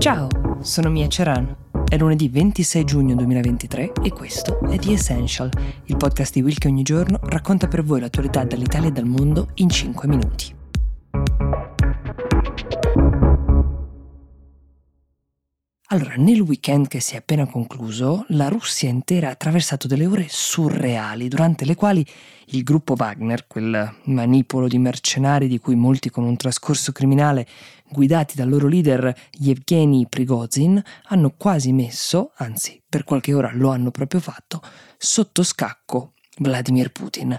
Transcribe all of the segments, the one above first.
Ciao, sono Mia Ceran. È lunedì 26 giugno 2023 e questo è The Essential, il podcast di Will che ogni giorno racconta per voi l'attualità dall'Italia e dal mondo in 5 minuti. Allora, nel weekend che si è appena concluso, la Russia intera ha attraversato delle ore surreali, durante le quali il gruppo Wagner, quel manipolo di mercenari di cui molti con un trascorso criminale guidati dal loro leader Yevgeny Prigozhin, hanno quasi messo, anzi per qualche ora lo hanno proprio fatto, sotto scacco Vladimir Putin.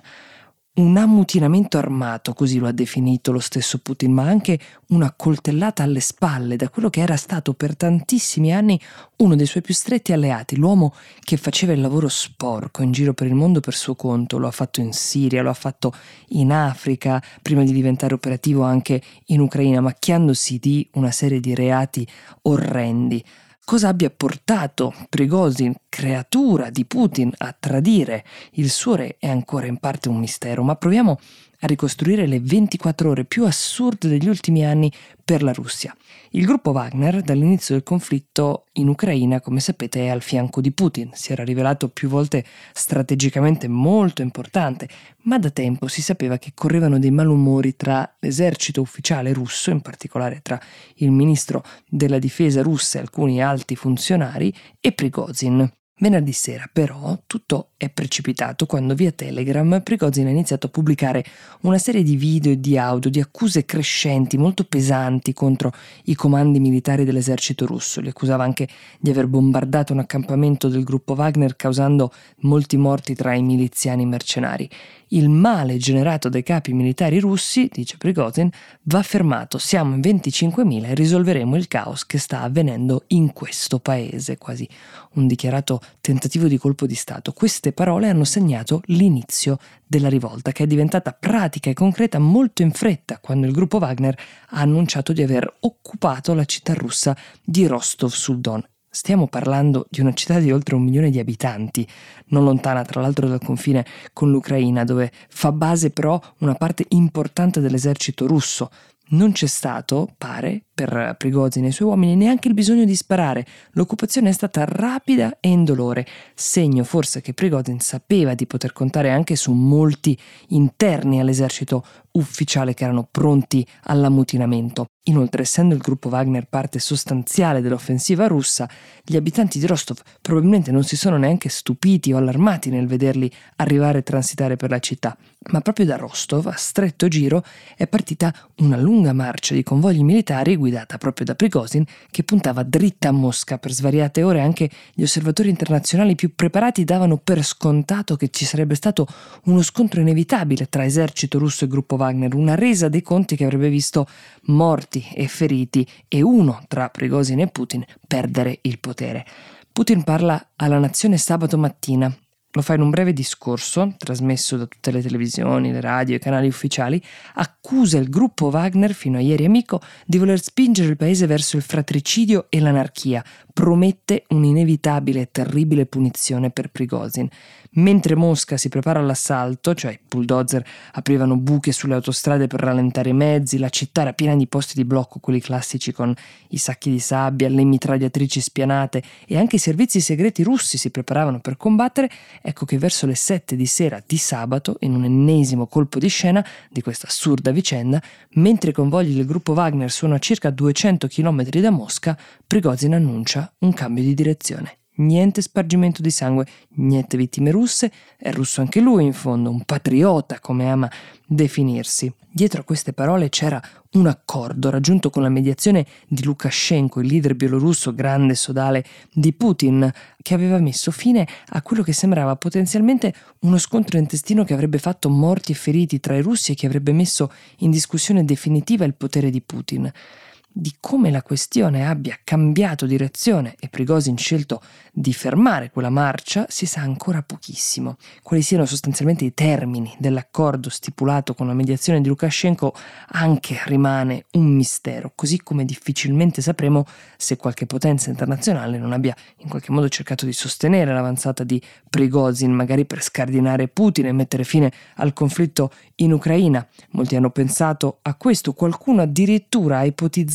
Un ammutinamento armato, così lo ha definito lo stesso Putin, ma anche una coltellata alle spalle da quello che era stato per tantissimi anni uno dei suoi più stretti alleati, l'uomo che faceva il lavoro sporco in giro per il mondo per suo conto. Lo ha fatto in Siria, lo ha fatto in Africa, prima di diventare operativo anche in Ucraina, macchiandosi di una serie di reati orrendi. Cosa abbia portato Prigozhin, creatura di Putin, a tradire il suo re è ancora in parte un mistero, ma proviamo a ricostruire le 24 ore più assurde degli ultimi anni per la Russia. Il gruppo Wagner, dall'inizio del conflitto in Ucraina, come sapete, è al fianco di Putin. Si era rivelato più volte strategicamente molto importante, ma da tempo si sapeva che correvano dei malumori tra l'esercito ufficiale russo, in particolare tra il ministro della difesa russa e alcuni alti funzionari, e Prigozhin. Venerdì sera, però, tutto è precipitato quando via Telegram Prigozhin ha iniziato a pubblicare una serie di video e di audio di accuse crescenti, molto pesanti contro i comandi militari dell'esercito russo. Li accusava anche di aver bombardato un accampamento del gruppo Wagner, causando molti morti tra i miliziani mercenari. Il male generato dai capi militari russi, dice Prigozhin, va fermato. Siamo in 25.000 e risolveremo il caos che sta avvenendo in questo paese. Quasi un dichiarato tentativo di colpo di Stato. Queste parole hanno segnato l'inizio della rivolta, che è diventata pratica e concreta molto in fretta quando il gruppo Wagner ha annunciato di aver occupato la città russa di Rostov sul Don. Stiamo parlando di una città di oltre 1 milione di abitanti, non lontana tra l'altro dal confine con l'Ucraina, dove fa base però una parte importante dell'esercito russo. Non c'è stato, pare, per Prigozhin e i suoi uomini neanche il bisogno di sparare. L'occupazione è stata rapida e indolore, segno forse che Prigozhin sapeva di poter contare anche su molti interni all'esercito ufficiale che erano pronti all'ammutinamento. Inoltre, essendo il gruppo Wagner parte sostanziale dell'offensiva russa, gli abitanti di Rostov probabilmente non si sono neanche stupiti o allarmati nel vederli arrivare e transitare per la città. Ma proprio da Rostov, a stretto giro, è partita una lunga marcia di convogli militari guidata proprio da Prigozhin, che puntava dritta a Mosca. Per svariate ore anche gli osservatori internazionali più preparati davano per scontato che ci sarebbe stato uno scontro inevitabile tra esercito russo e gruppo Wagner, una resa dei conti che avrebbe visto morti e feriti e uno tra Prigozhin e Putin perdere il potere. Putin parla alla nazione sabato mattina. Lo fa in un breve discorso, trasmesso da tutte le televisioni, le radio e i canali ufficiali, accusa il gruppo Wagner, fino a ieri amico, di voler spingere il paese verso il fratricidio e l'anarchia. Promette un'inevitabile e terribile punizione per Prigozhin. Mentre Mosca si prepara all'assalto, cioè i bulldozer aprivano buche sulle autostrade per rallentare i mezzi, la città era piena di posti di blocco, quelli classici con i sacchi di sabbia, le mitragliatrici spianate, e anche i servizi segreti russi si preparavano per combattere. Ecco che verso le 7 di sera di sabato, in un ennesimo colpo di scena di questa assurda vicenda, mentre i convogli del gruppo Wagner sono a circa 200 km da Mosca, Prigozhin annuncia un cambio di direzione. Niente spargimento di sangue, niente vittime russe, è russo anche lui in fondo, un patriota come ama definirsi. Dietro a queste parole c'era un accordo raggiunto con la mediazione di Lukashenko, il leader bielorusso grande sodale di Putin, che aveva messo fine a quello che sembrava potenzialmente uno scontro intestino che avrebbe fatto morti e feriti tra i russi e che avrebbe messo in discussione definitiva il potere di Putin. Di come la questione abbia cambiato direzione e Prigozhin scelto di fermare quella marcia si sa ancora pochissimo. Quali siano sostanzialmente i termini dell'accordo stipulato con la mediazione di Lukashenko anche rimane un mistero, così come difficilmente sapremo se qualche potenza internazionale non abbia in qualche modo cercato di sostenere l'avanzata di Prigozhin, magari per scardinare Putin e mettere fine al conflitto in Ucraina. Molti hanno pensato a questo, qualcuno addirittura ha ipotizzato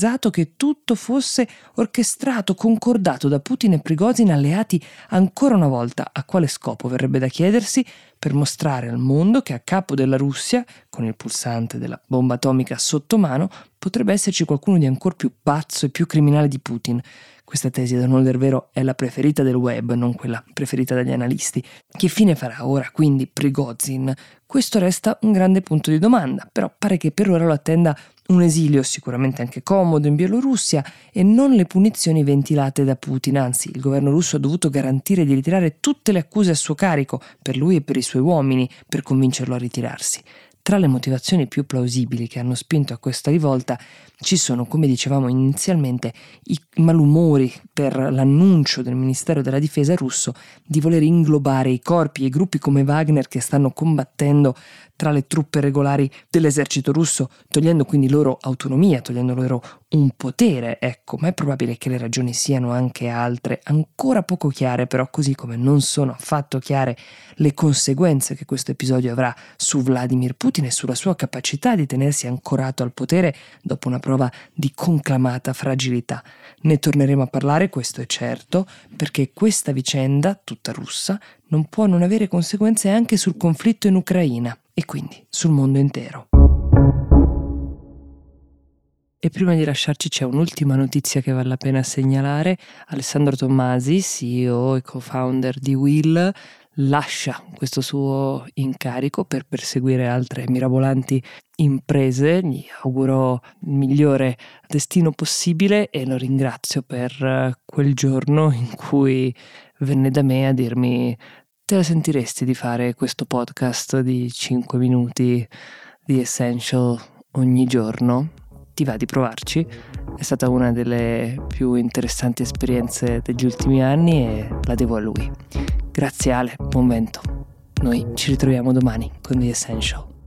ipotizzato che tutto fosse orchestrato, concordato da Putin e Prigozhin, alleati ancora una volta. A quale scopo, verrebbe da chiedersi? Per mostrare al mondo che a capo della Russia, con il pulsante della bomba atomica sotto mano, potrebbe esserci qualcuno di ancora più pazzo e più criminale di Putin. Questa tesi, ad onor del vero, è la preferita del web, non quella preferita dagli analisti. Che fine farà ora quindi Prigozhin? Questo resta un grande punto di domanda, però pare che per ora lo attenda un esilio sicuramente anche comodo in Bielorussia e non le punizioni ventilate da Putin. Anzi, il governo russo ha dovuto garantire di ritirare tutte le accuse a suo carico, per lui e per i suoi uomini, per convincerlo a ritirarsi. Tra le motivazioni più plausibili che hanno spinto a questa rivolta ci sono, come dicevamo inizialmente, i malumori per l'annuncio del Ministero della Difesa russo di voler inglobare i corpi e i gruppi come Wagner che stanno combattendo tra le truppe regolari dell'esercito russo, togliendo quindi loro autonomia, togliendo loro un potere. Ecco, ma è probabile che le ragioni siano anche altre, ancora poco chiare, però, così come non sono affatto chiare le conseguenze che questo episodio avrà su Vladimir Putin e sulla sua capacità di tenersi ancorato al potere dopo una prova di conclamata fragilità. Ne torneremo a parlare, questo è certo, perché questa vicenda, tutta russa, non può non avere conseguenze anche sul conflitto in Ucraina e quindi sul mondo intero. E prima di lasciarci c'è un'ultima notizia che vale la pena segnalare. Alessandro Tommasi, CEO e co-founder di Will, lascia questo suo incarico per perseguire altre mirabolanti imprese. Gli auguro il migliore destino possibile e lo ringrazio per quel giorno in cui venne da me a dirmi: te la sentiresti di fare questo podcast di 5 minuti di Essential ogni giorno? Ti va di provarci? È stata una delle più interessanti esperienze degli ultimi anni e la devo a lui. Grazie Ale, buon vento. Noi ci ritroviamo domani con The Essential.